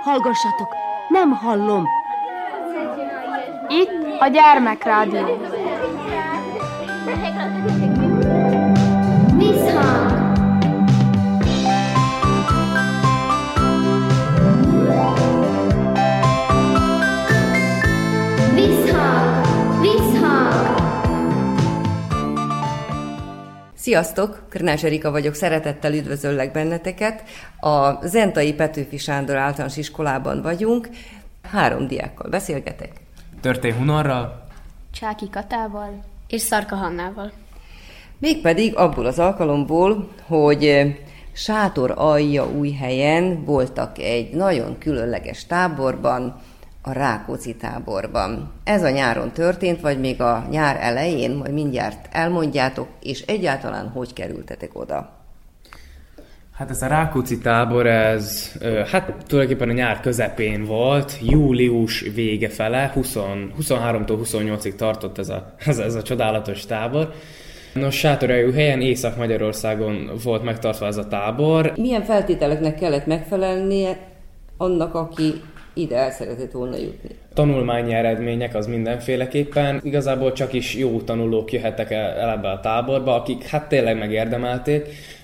Hallgassatok, nem hallom. Itt a Gyermekrádió. Visszhang. Visszhang. Visszhang. Sziasztok! Krnács Erika vagyok, szeretettel üdvözöllek benneteket. A Zentai Petőfi Sándor Általános Iskolában vagyunk. 3 diákkal beszélgetek. Történy Hunorral, Csáki Katával és Szarka Hannával. Mégpedig abból az alkalomból, hogy Sátoraljaújhelyen voltak egy nagyon különleges táborban, a Rákóczi táborban. Ez a nyáron történt, vagy még a nyár elején, majd mindjárt elmondjátok, és egyáltalán hogy kerültetek oda? hát ez a Rákóczi tábor, ez tulajdonképpen a nyár közepén volt, július vége fele, 23-tól 28-ig tartott ez a csodálatos tábor. Nos, Sátoraljaújhelyen, Észak-Magyarországon volt megtartva ez a tábor. Milyen feltételeknek kellett megfelelnie annak, aki ide el szeretett volna jutni? Tanulmányi eredmények az mindenféleképpen. Igazából csak is jó tanulók jöhettek el ebbe a táborba, akik hát tényleg megérdemelték,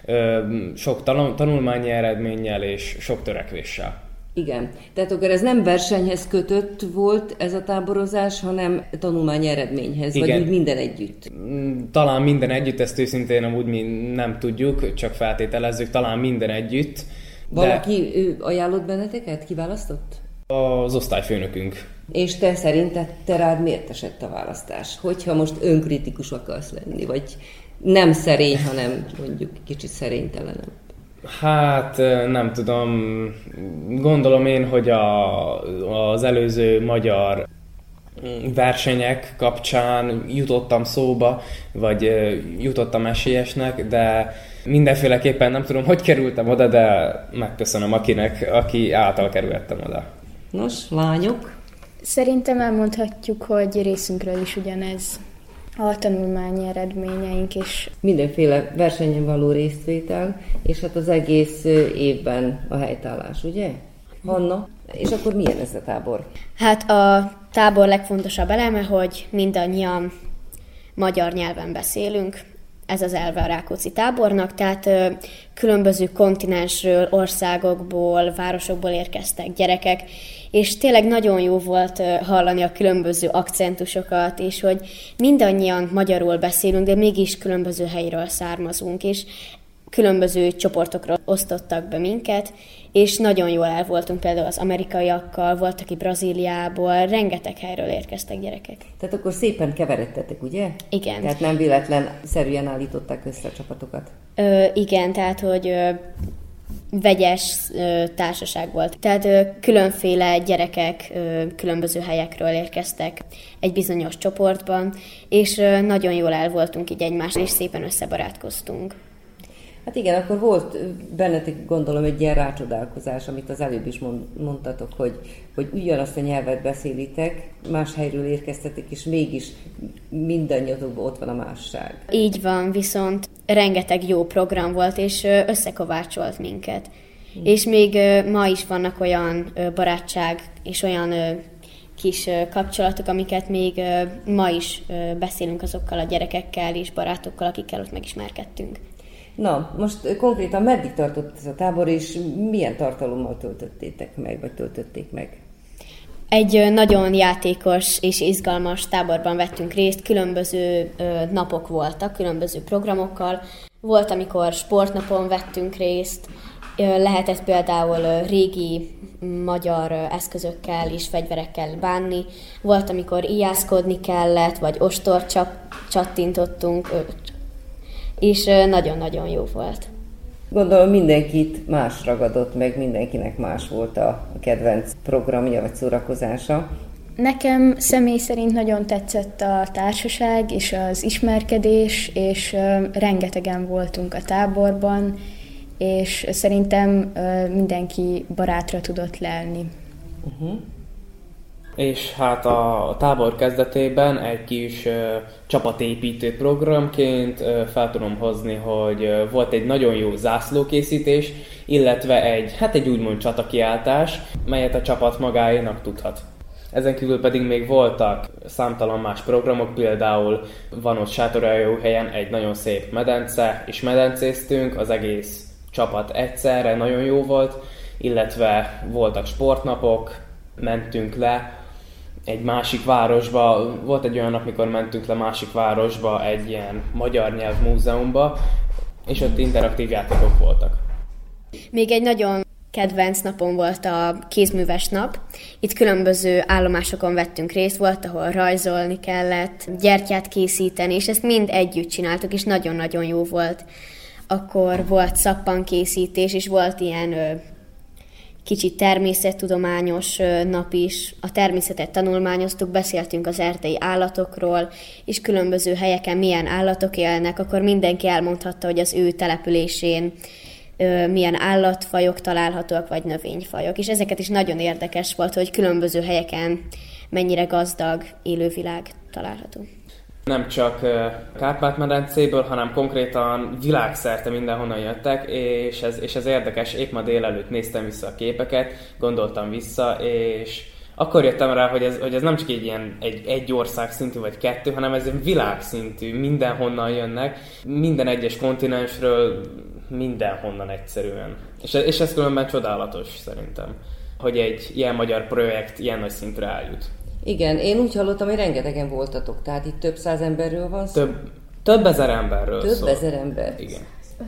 sok tanulmányi eredménnyel és sok törekvéssel. Igen. Tehát akkor ez nem versenyhez kötött volt ez a táborozás, hanem tanulmányi eredményhez, igen. Vagy úgy minden együtt? Talán minden együtt, ezt őszintén amúgy mi nem tudjuk, csak feltételezzük, talán minden együtt. Valaki ajánlott benneteket? Kiválasztott? Az osztályfőnökünk. És te szerinted rád miért esett a választás? Hogyha most önkritikus akarsz lenni, vagy nem szerény, hanem mondjuk kicsit szerénytelenebb. Hát nem tudom, gondolom én, hogy az előző magyar versenyek kapcsán jutottam szóba, vagy jutottam esélyesnek, de mindenféleképpen nem tudom, hogy kerültem oda, de megköszönöm aki által kerültem oda. Nos, lányok? Szerintem elmondhatjuk, hogy részünkről is ugyanez a tanulmányi eredményeink is. Mindenféle versenyen való részvétel, és hát az egész évben a helytállás, ugye? Hanna, és akkor milyen ez a tábor? Hát a tábor legfontosabb eleme, hogy mindannyian magyar nyelven beszélünk. Ez az elve a Rákóczi tábornak, tehát különböző kontinensről, országokból, városokból érkeztek gyerekek, és tényleg nagyon jó volt hallani a különböző akcentusokat, és hogy mindannyian magyarul beszélünk, de mégis különböző helyről származunk, és különböző csoportokra osztottak be minket, és nagyon jól el voltunk például az amerikaiakkal, volt, aki Brazíliából, rengeteg helyről érkeztek gyerekek. Tehát akkor szépen keveredtetek, ugye? Igen. Tehát nem véletlenszerűen állították össze a csapatokat? Igen, tehát hogy vegyes társaság volt. Tehát különféle gyerekek különböző helyekről érkeztek egy bizonyos csoportban, és nagyon jól el voltunk így egymással, és szépen összebarátkoztunk. Hát igen, akkor volt bennetek, gondolom, egy ilyen rácsodálkozás, amit az előbb is mondtatok, hogy ugyanazt a nyelvet beszélitek, más helyről érkeztetek, és mégis mindannyiatokban ott van a másság. Így van, viszont rengeteg jó program volt, és összekovácsolt minket. És még ma is vannak olyan barátság és olyan kis kapcsolatok, amiket még ma is beszélünk azokkal a gyerekekkel és barátokkal, akikkel ott megismerkedtünk. Na, most konkrétan meddig tartott ez a tábor, és milyen tartalommal töltöttétek meg, vagy töltötték meg? Egy nagyon játékos és izgalmas táborban vettünk részt, különböző napok voltak, különböző programokkal. Volt, amikor sportnapon vettünk részt, lehetett például régi magyar eszközökkel és fegyverekkel bánni. Volt, amikor ijászkodni kellett, vagy ostort csattintottunk, és nagyon-nagyon jó volt. Gondolom mindenkit más ragadott meg, mindenkinek más volt a kedvenc programja vagy szórakozása. Nekem személy szerint nagyon tetszett a társaság és az ismerkedés, és rengetegen voltunk a táborban, és szerintem mindenki barátra tudott lelni. És hát a tábor kezdetében egy kis csapatépítő programként fel tudom hozni, hogy volt egy nagyon jó zászlókészítés, illetve egy úgymond csatakiáltás, melyet a csapat magáénak tudhat. Ezen kívül pedig még voltak számtalan más programok, például van ott Sátoraljaújhelyen egy nagyon szép medence, és medencéztünk, az egész csapat egyszerre, nagyon jó volt, illetve voltak sportnapok, mentünk le egy másik városba, volt egy olyan nap, mikor mentünk le másik városba, egy ilyen magyar nyelv múzeumba, és ott interaktív játékok voltak. Még egy nagyon kedvenc napon volt a kézműves nap. Itt különböző állomásokon vettünk részt, volt, ahol rajzolni kellett, gyertyát készíteni, és ezt mind együtt csináltuk, és nagyon-nagyon jó volt. Akkor volt szappankészítés, és volt ilyen kicsit természettudományos nap is. A természetet tanulmányoztuk, beszéltünk az erdei állatokról, és különböző helyeken milyen állatok élnek, akkor mindenki elmondhatta, hogy az ő településén milyen állatfajok találhatóak, vagy növényfajok. És ezeket is nagyon érdekes volt, hogy különböző helyeken mennyire gazdag élővilág található. Nem csak Kárpát-medencéből, hanem konkrétan világszerte mindenhonnan jöttek, és ez érdekes. Épp ma délelőtt néztem vissza a képeket, gondoltam vissza, és akkor jöttem rá, hogy ez nem csak egy ország szintű vagy kettő, hanem ez egy világszintű, mindenhonnan jönnek, minden egyes kontinensről, mindenhonnan egyszerűen. És ez különben csodálatos szerintem, hogy egy ilyen magyar projekt ilyen nagy szintre eljut. Igen, én úgy hallottam, hogy rengetegen voltatok, tehát itt több száz emberről van szó? Több ezer emberről szó. Több ezer ember? Igen.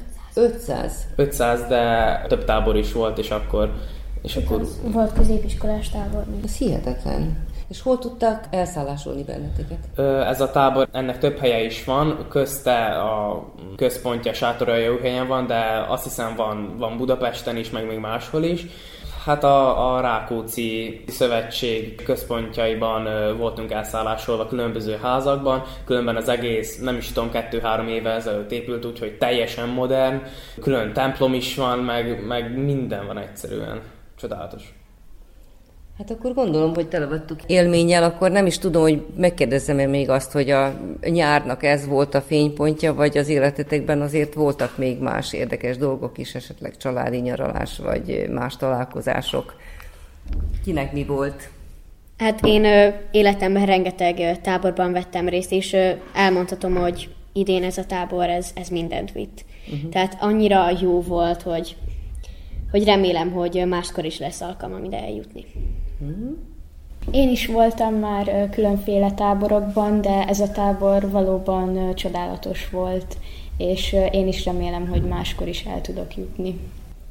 500? 500, de több tábor is volt, és akkor... Volt középiskolás tábor. Ez hihetetlen. És hol tudtak elszállásolni benneteket? Ez a tábor, ennek több helye is van, közte a központja Sátoraljaújhelyen van, de azt hiszem van Budapesten is, meg még máshol is. Hát a Rákóczi Szövetség központjaiban voltunk elszállásolva különböző házakban, különben az egész, nem is tudom, 2-3 éve ezelőtt épült, úgyhogy teljesen modern, külön templom is van, meg minden van egyszerűen. Csodálatos. Hát akkor gondolom, hogy tele vagytok élménnyel, akkor nem is tudom, hogy megkérdezzem-e még azt, hogy a nyárnak ez volt a fénypontja, vagy az életetekben azért voltak még más érdekes dolgok is, esetleg családi nyaralás, vagy más találkozások. Kinek mi volt? Hát én életemben rengeteg táborban vettem részt, és elmondhatom, hogy idén ez a tábor, ez mindent vitt. Uh-huh. Tehát annyira jó volt, hogy remélem, hogy máskor is lesz alkalmam ide eljutni. Én is voltam már különféle táborokban, de ez a tábor valóban csodálatos volt, és én is remélem, hogy máskor is el tudok jutni.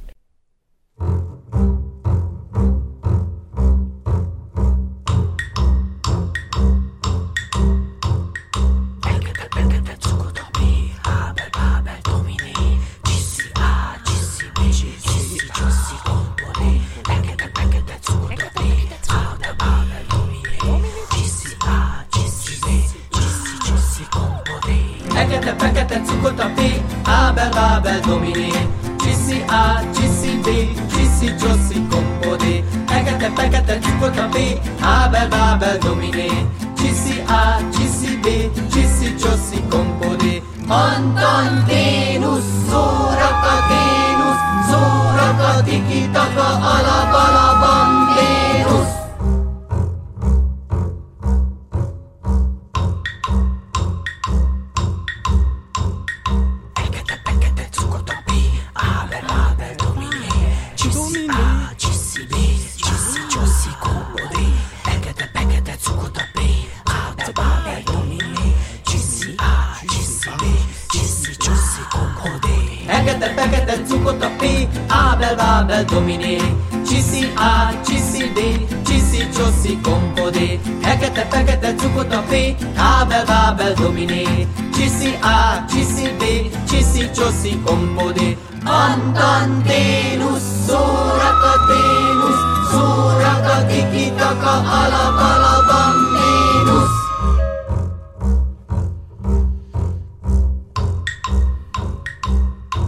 Fekete cukot a P, Ábel, Bábel, Dominé. Csiszi A, csiszi B, csiszi Csoszi, Kompodé. Fekete cukot a P, Ábel, Bábel, Dominé. Csiszi A, csiszi B, csiszi Csoszi, Kompodé. Anton, Vénusz, Szórakaténusz, Szórakatiki-taka, Alabalaban, Vénusz. Fekete cukot a P, Ábel, Bábel, Dominé. Csiszi A, csiszi B, csiszi Csoszi, Kompodé. Fekete cukot a P, Ábel, Bábel, Dominé. Csiszi A, csiszi B, csiszi Csoszi, Kompodé. Antanténusz, Szórakaténusz, Szórakatiki-taka, Alabalaban, Vénusz.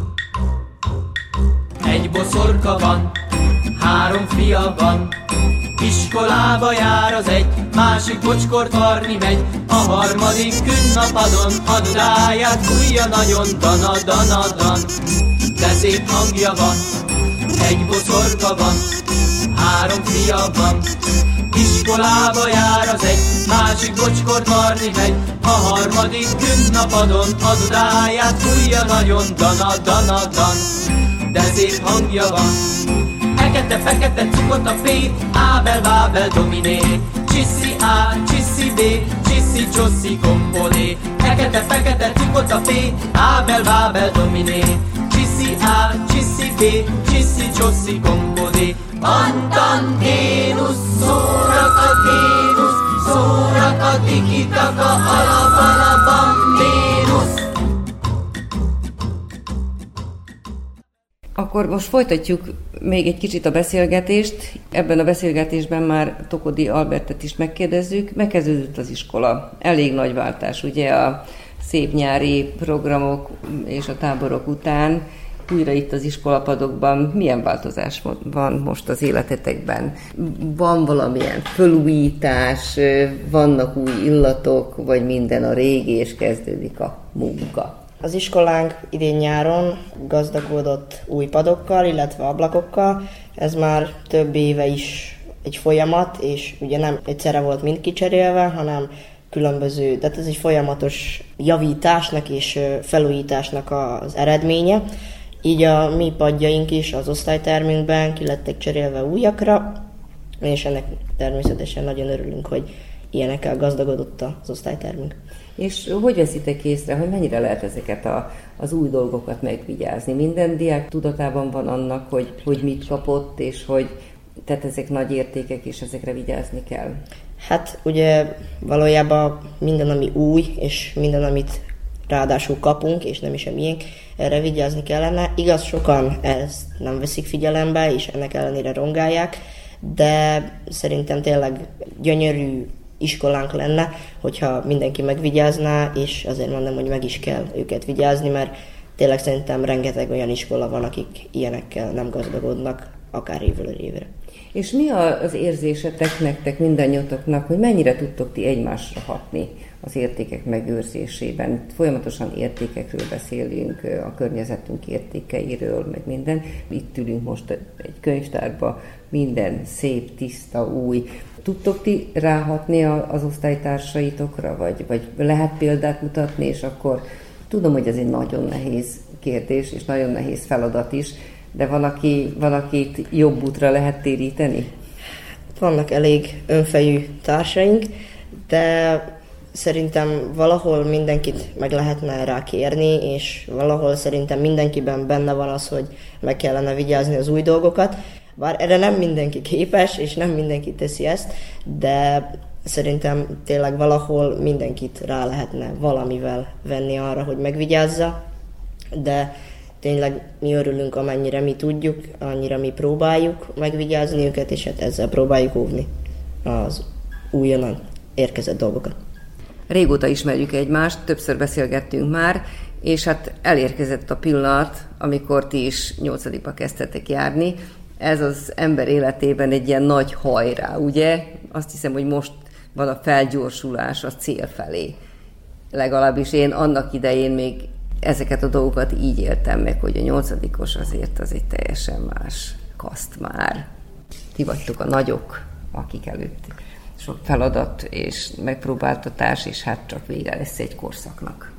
Egy boszorka van, 3 fia van, Iskolába jár az egy, másik bocskort varni megy, a harmadik künnapadon a dudáját fújja nagyon, dana, dana, dan. De szép hangja van, egy bocorka van, 3 fia van. Iskolába jár az egy, másik bocskort varni megy, a harmadik künnapadon a dudáját fújja nagyon, dana, dana, dan. De szép hangja van. Fekete-fekete cukott a P, Ábel, Bábel, Dominé, Csiszi A, Csiszi B, Csiszi, Csoszi, Kompolé. Fekete-fekete cukott a P, Ábel, Bábel, Dominé, Csiszi A, Csiszi B, Csiszi, Csoszi, Kompolé. Antanténusz, szórakaténusz, szórakatikitaka, alapala, bambénusz. Akkor most folytatjuk még egy kicsit a beszélgetést. Ebben a beszélgetésben már Tokodi Albertet is megkérdezzük. Megkezdődött az iskola. Elég nagy váltás, ugye a szép nyári programok és a táborok után. Újra itt az iskolapadokban milyen változás van most az életetekben? Van valamilyen fölújítás, vannak új illatok, vagy minden a régi, és kezdődik a munka? Az iskolánk idén nyáron gazdagodott új padokkal, illetve ablakokkal. Ez már több éve is egy folyamat, és ugye nem egyszerre volt mind kicserélve, hanem különböző, tehát ez egy folyamatos javításnak és felújításnak az eredménye. Így a mi padjaink is az osztálytermünkben ki lettek cserélve újakra, és ennek természetesen nagyon örülünk, hogy ilyenekkel gazdagodott az osztálytermünk. És hogy veszitek észre, hogy mennyire lehet ezeket az új dolgokat megvigyázni? Minden diák tudatában van annak, hogy mit kapott, és hogy tehát ezek nagy értékek, és ezekre vigyázni kell? Hát ugye valójában minden, ami új, és minden, amit ráadásul kapunk, és nem is a miénk, erre vigyázni kellene. Igaz, sokan ezt nem veszik figyelembe, és ennek ellenére rongálják, de szerintem tényleg gyönyörű iskolánk lenne, hogyha mindenki megvigyázná, és azért mondom, hogy meg is kell őket vigyázni, mert tényleg szerintem rengeteg olyan iskola van, akik ilyenekkel nem gazdagodnak, akár évről évre. És mi az érzésetek nektek, mindannyiatoknak, hogy mennyire tudtok ti egymásra hatni az értékek megőrzésében? Folyamatosan értékekről beszélünk, a környezetünk értékeiről, meg minden. Itt ülünk most egy könyvtárba, minden szép, tiszta, új. Tudtok ti ráhatni az osztálytársaitokra, vagy lehet példát mutatni, és akkor tudom, hogy ez egy nagyon nehéz kérdés, és nagyon nehéz feladat is, de van, akit jobb útra lehet téríteni? Vannak elég önfejű társaink, de szerintem valahol mindenkit meg lehetne rá kérni, és valahol szerintem mindenkiben benne van az, hogy meg kellene vigyázni az új dolgokat. Bár erre nem mindenki képes, és nem mindenki teszi ezt, de szerintem tényleg valahol mindenkit rá lehetne valamivel venni arra, hogy megvigyázza, de tényleg mi örülünk, amennyire mi tudjuk, annyira mi próbáljuk megvigyázni őket, és hát ezzel próbáljuk óvni az újonnan érkezett dolgokat. Régóta ismerjük egymást, többször beszélgettünk már, és hát elérkezett a pillanat, amikor ti is 8-ba kezdtetek járni. Ez az ember életében egy ilyen nagy hajrá, ugye? Azt hiszem, hogy most van a felgyorsulás a cél felé. Legalábbis én annak idején még ezeket a dolgokat így éltem meg, hogy a 8-os azért az egy teljesen más kaszt már. Ti vagytok a nagyok, akik előtt sok feladat és megpróbáltatás, és hát csak vége lesz egy korszaknak.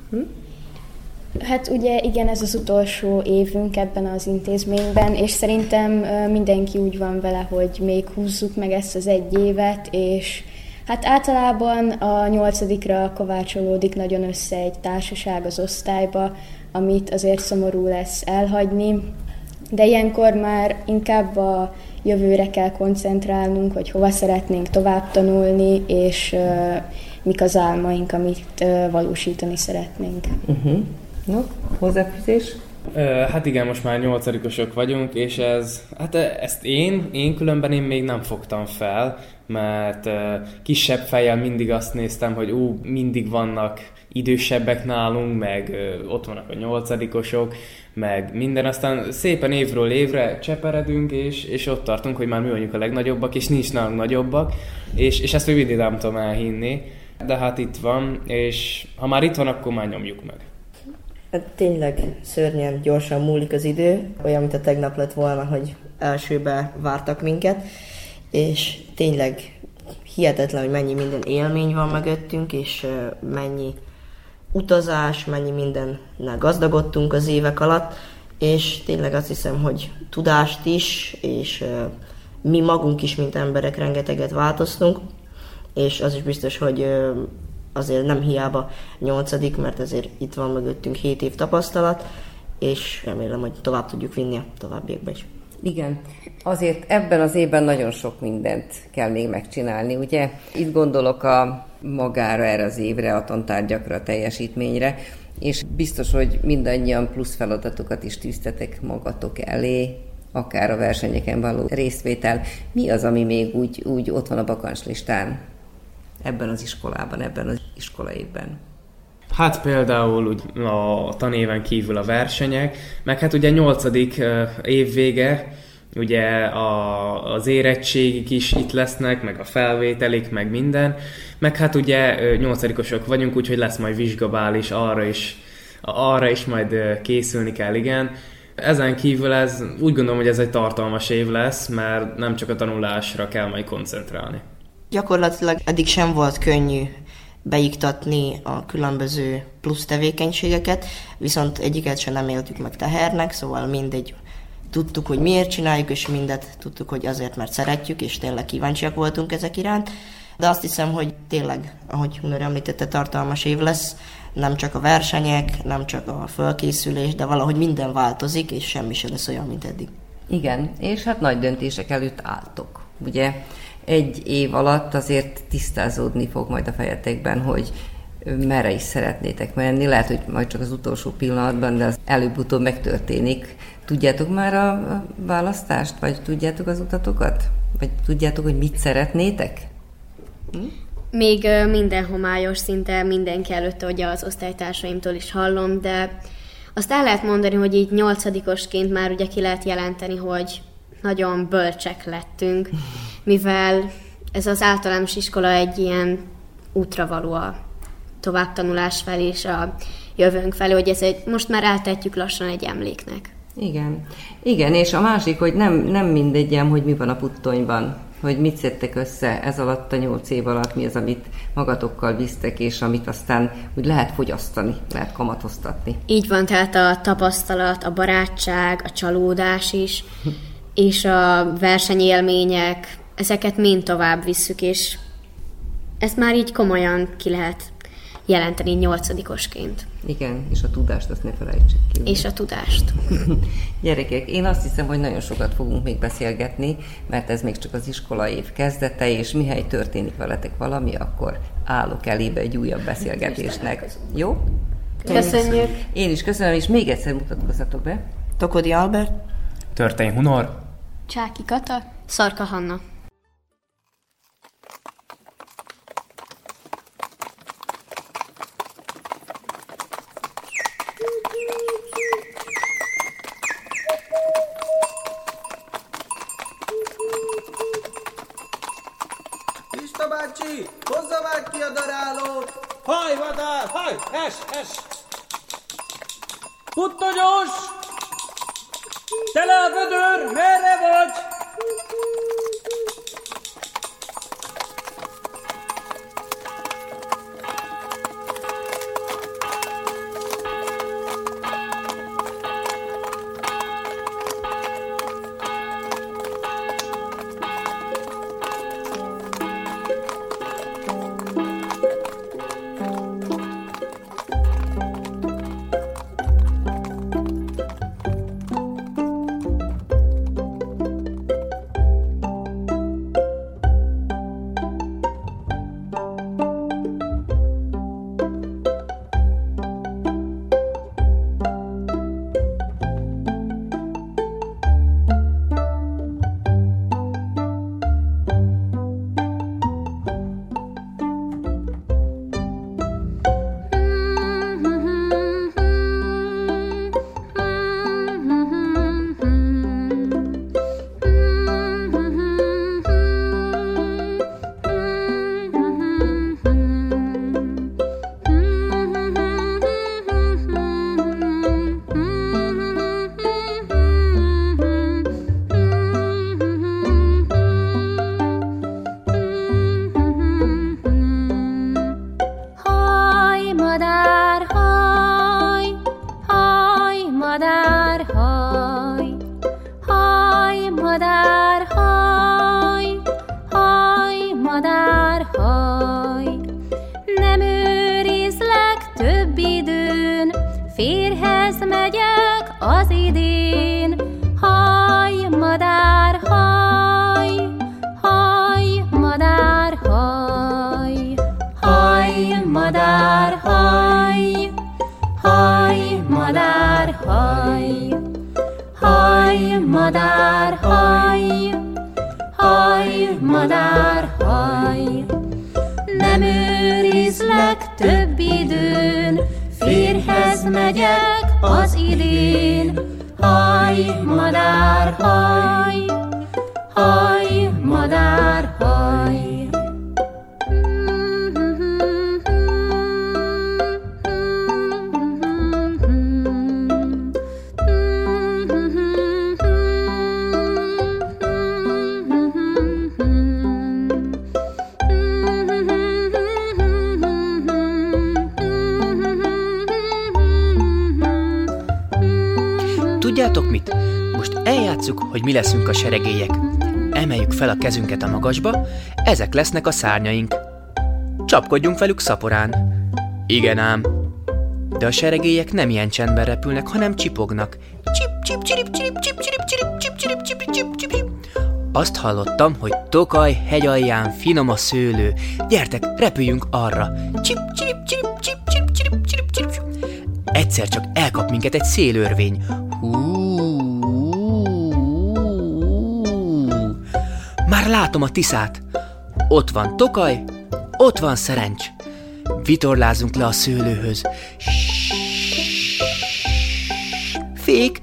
Hát ugye igen, ez az utolsó évünk ebben az intézményben, és szerintem mindenki úgy van vele, hogy még húzzuk meg ezt az egy évet, és hát általában a 8-ra kovácsolódik nagyon össze egy társaság az osztályba, amit azért szomorú lesz elhagyni, de ilyenkor már inkább a jövőre kell koncentrálnunk, hogy hova szeretnénk tovább tanulni, és mik az álmaink, amit valósítani szeretnénk. No, hozzáfűzés? Hát igen, most már 8-osok vagyunk, és ezt én különben még nem fogtam fel, mert kisebb fejjel mindig azt néztem, hogy mindig vannak idősebbek nálunk, meg ott vannak a 8-osok, meg minden, aztán szépen évről évre cseperedünk, és ott tartunk, hogy már mi vagyunk a legnagyobbak, és nincs nálunk nagyobbak, és ezt még mindig nem tudom elhinni, de hát itt van, és ha már itt van, akkor már nyomjuk meg. Hát tényleg szörnyen gyorsan múlik az idő, olyan, mint a tegnap lett volna, hogy elsőbe vártak minket, és tényleg hihetetlen, hogy mennyi minden élmény van mögöttünk, és mennyi utazás, mennyi mindennel gazdagodtunk az évek alatt, és tényleg azt hiszem, hogy tudást is, és mi magunk is, mint emberek rengeteget változtunk, és az is biztos, hogy azért nem hiába 8., mert azért itt van mögöttünk 7 év tapasztalat, és remélem, hogy tovább tudjuk vinni a továbbiakban is. Igen, azért ebben az évben nagyon sok mindent kell még megcsinálni, ugye? Itt gondolok magára erre az évre, a tantárgyakra, a teljesítményre, és biztos, hogy mindannyian plusz feladatokat is tűztetek magatok elé, akár a versenyeken való részvétel. Mi az, ami még úgy ott van a bakancslistán ebben az iskolában, ebben az iskolaévben? Hát például a tanéven kívül a versenyek, meg hát ugye 8. év vége, ugye az érettségik is itt lesznek, meg a felvételik, meg minden, meg hát ugye 8-osok vagyunk, úgyhogy lesz majd vizsgabális, arra is majd készülni kell, igen. Ezen kívül úgy gondolom, hogy ez egy tartalmas év lesz, mert nem csak a tanulásra kell majd koncentrálni. Gyakorlatilag eddig sem volt könnyű beiktatni a különböző plusz tevékenységeket, viszont egyiket sem nem éltük meg tehernek, szóval mindegy. Tudtuk, hogy miért csináljuk, és mindet tudtuk, hogy azért, mert szeretjük, és tényleg kíváncsiak voltunk ezek iránt. De azt hiszem, hogy tényleg, ahogy Hunor említette, tartalmas év lesz, nem csak a versenyek, nem csak a fölkészülés, de valahogy minden változik, és semmi sem lesz olyan, mint eddig. Igen, és hát nagy döntések előtt álltok, ugye? Egy év alatt azért tisztázódni fog majd a fejetekben, hogy merre is szeretnétek menni. Lehet, hogy majd csak az utolsó pillanatban, de az előbb-utóbb megtörténik. Tudjátok már a választást? Vagy tudjátok az utatokat? Vagy tudjátok, hogy mit szeretnétek? Még minden homályos, szinte mindenki előtt, hogy az osztálytársaimtól is hallom, de azt el lehet mondani, hogy így 8-osként már ugye ki lehet jelenteni, hogy nagyon bölcsek lettünk, mivel ez az általános iskola egy ilyen útra való a továbbtanulás felé és a jövőnk felé, hogy most már eltehetjük lassan egy emléknek. Igen, és a másik, hogy nem mindegy, hogy mi van a puttonyban, hogy mit szedtek össze ez alatt a 8 év alatt, mi az, amit magatokkal visztek, és amit aztán úgy lehet fogyasztani, lehet kamatoztatni. Így van, tehát a tapasztalat, a barátság, a csalódás is, és a versenyélmények, ezeket mind tovább visszük, és ezt már így komolyan ki lehet jelenteni 8-osként. Igen, és a tudást azt ne felejtsük ki. És a tudást. Gyerekek, én azt hiszem, hogy nagyon sokat fogunk még beszélgetni, mert ez még csak az iskolaév kezdete, és mihely történik veletek valami, akkor állok elébe egy újabb beszélgetésnek. Jó? Köszönjük. Én is köszönöm, és még egyszer mutatkozzatok be. Tokodi Albert. Történy Hunor. Csáki Kata. Szarka Hanna. Pista bácsi, hozza már ki a darálót! Haj, vadár, haj, es! Puttonyos! Tele a vödör, merre vagy? Haj, madár, haj, haj, madár, haj. Nem őrizlek több időn, férjhez megyek az idén. Haj, madár, haj, haj, madár, haj. Haj, madár, haj, haj, madár, haj. Haj, madár, haj, haj, madár, haj. Nem őrizlek több időn, férjhez megyek az idén. Haj, madár, haj, haj, madár, haj. Tudjátok mit? Most eljátsszuk, hogy mi leszünk a seregélyek. Emeljük fel a kezünket a magasba, ezek lesznek a szárnyaink. Csapkodjunk velük szaporán. Igen ám. De a seregélyek nem ilyen csendben repülnek, hanem csipognak. Csip, csip, csirip, csirip, csip, csirip, csirip, csip, csirip, csip, csip, csip, csip. Azt hallottam, hogy Tokaj hegyalján finom a szőlő. Gyertek, repüljünk arra. Csip, csirip, csirip, csip, csirip, csirip, csirip, csirip. Egyszer csak elkap minket egy szélörvény. Már látom a Tiszát. Ott van Tokaj, ott van Szerencs. Vitorlázunk le a szőlőhöz. Fék.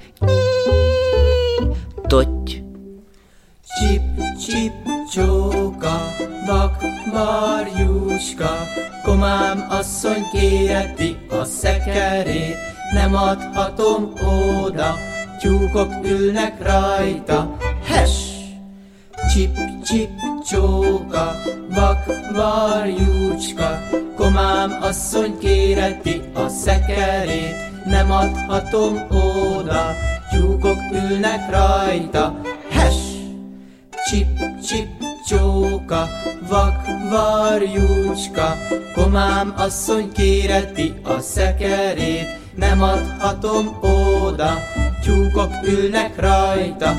Totty. Csip, csip, csóka, vak, varjúska, komám asszony kéreti a szekerét, nem adhatom oda, tyúkok ülnek rajta, hes! Csip, csip, csóka, vak, varjúcska, komám asszony kéreti a szekerét, nem adhatom oda, tyúkok ülnek rajta, hes! Csip, csip, csóka, vak, varjúcska, komám asszony kéreti a szekerét, nem adhatom oda, tyúkok ülnek rajta.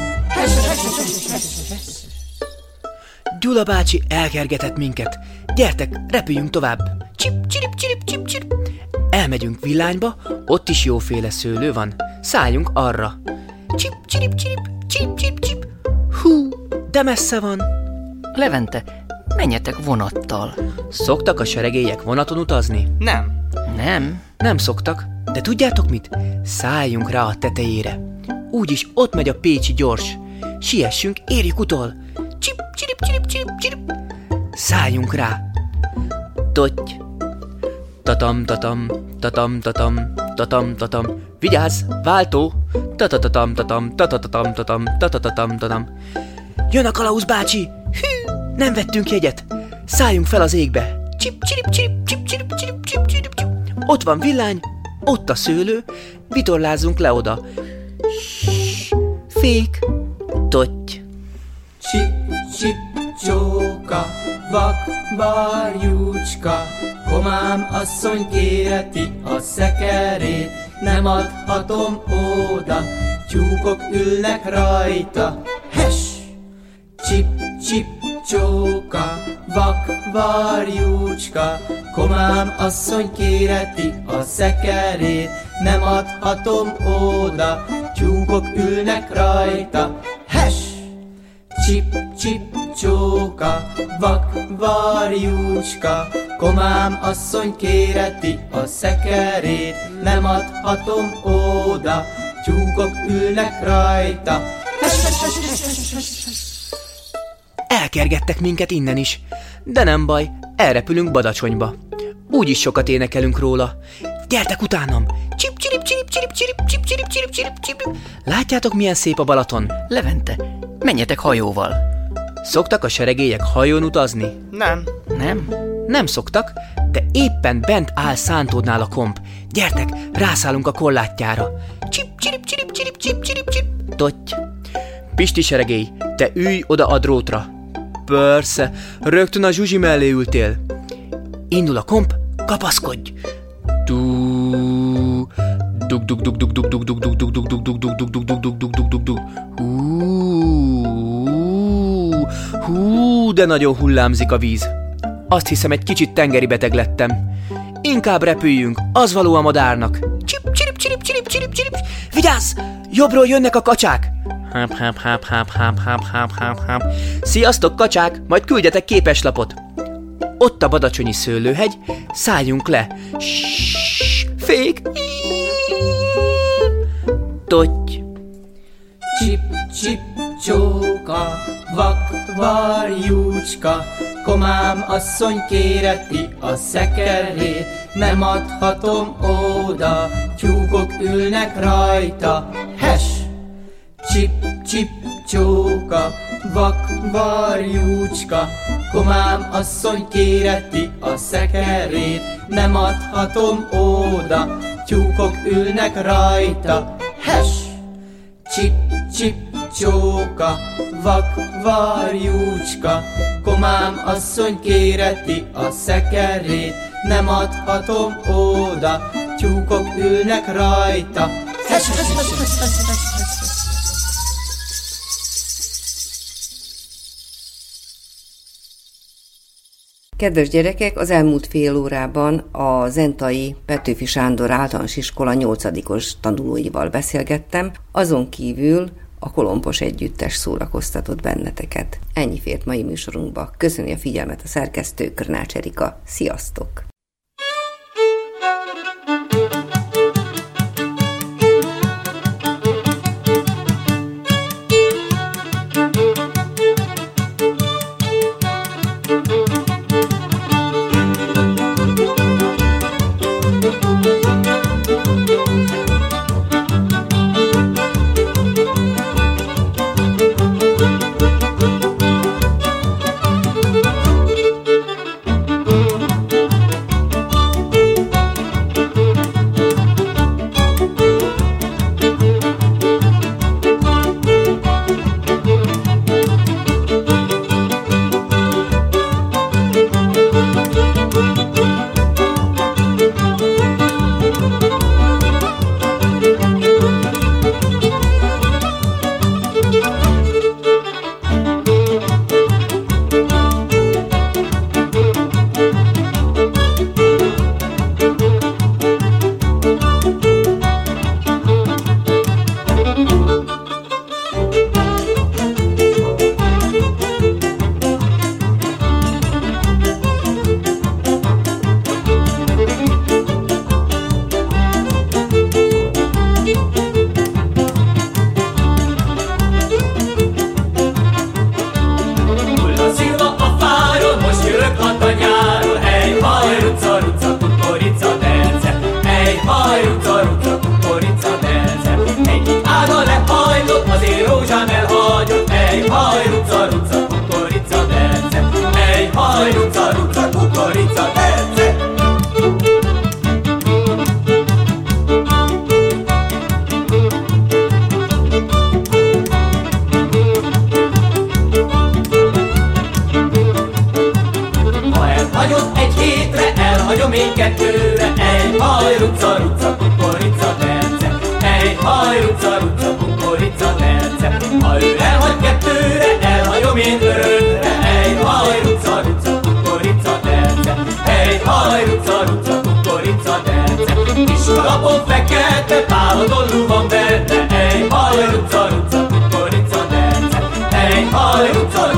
Gyula bácsi elkergetett minket. Gyertek, repüljünk tovább. Csip, csirip, csirip, csip, csirip. Elmegyünk Villányba, ott is jóféle szőlő van. Szálljunk arra. Csip, csirip, csirip, csip, csip, csip. Hú, de messze van. Levente, menjetek vonattal. Szoktak a seregélyek vonaton utazni? Nem. Nem? Nem szoktak, de tudjátok mit? Szálljunk rá a tetejére. Úgyis ott megy a pécsi gyors. Siessünk, érjük utol. Csip, csirip, csirip, csirip, csirip. Szálljunk rá. Totty. Tatam, tatam, tatam, tatam, tatam, tatam. Vigyázz, váltó. Tatatatam, tatam, tatatatam, tatam, tatatatam, tatam. Jön a kalauz bácsi. Hű, nem vettünk jegyet. Szálljunk fel az égbe. Csip, csirip, csirip, csip, csirip, csirip, csip, csirip, csip. Ott van Villány, ott a szőlő. Vitorlázzunk le oda. Fék. Totty. Csip, csip, csóka, vak, varjúcska, komám asszony kéreti a szekerét, nem adhatom oda, tyúkok ülnek rajta, hes! Csip, csip, csóka, vak, varjúcska, komám asszony kéreti a szekerét, nem adhatom oda, tyúkok ülnek rajta, hes! Csip, csip, csóka, vak, varjúcska, komám asszony kéreti a szekerét, nem adhatom oda, tyúkok ülnek rajta. Elkergettek minket innen is, de nem baj, elrepülünk Badacsonyba. Úgyis sokat énekelünk róla. Gyertek utánam! Csip, csirip, csirip, csirip, csirip, csip, csirip, csirip, csirip, csirip. Látjátok, milyen szép a Balaton? Levente, menjetek hajóval. Szoktak a seregélyek hajón utazni? Nem. Nem? Nem szoktak, de éppen bent áll Szántódnál a komp. Gyertek, rászállunk a korlátjára. Csip, csirip, csirip, csirip, csip, csirip, csip. Totty. Pisti seregély, te ülj oda a drótra. Persze, rögtön a Zsuzsi mellé ültél. Indul a komp, kapaszkodj. Hú, de nagyon hullámzik a víz. Azt hiszem, egy kicsit tengeri beteg lettem. Inkább repüljünk, az való a madárnak. Csip, csirip, csirip, csirip, csirip, csirip. Vigyázz! Jobbról jönnek a kacsák! Háp, háp, háp, háp, háp, háp, háp, háp, háp. Sziasztok, kacsák! Majd küldjetek képeslapot! Ott a Badacsonyi szőlőhegy, szálljunk le! Ssss, fék! Totty! Csip, csip, csóka, vakvarjúcska, komám asszony kéreti a szekerét, nem adhatom oda, tyúkok ülnek rajta, hes! Csip, csip, csóka, vakvarjúcska, komám asszony kéreti a szekerét, nem adhatom oda, tyúkok ülnek rajta, hes! Csip, csip, csóka, vakvarjúcska, komám asszony kéreti a szekerét, nem adhatom oda, tyúkok ülnek rajta. Hes, hes, hes, hes, hes, hes, hes, hes. Kedves gyerekek, az elmúlt fél órában a zentai Petőfi Sándor általános iskola 8-os tanulóival beszélgettem, azon kívül a Kolompos Együttes szórakoztatott benneteket. Ennyi fért mai műsorunkba. Köszöni a figyelmet a szerkesztő, Krnács Erika. Sziasztok! Kalapon fekete, páladon van benne, ej, haj, ruca, ruca, kukorica, dence, ej, haj, ruca,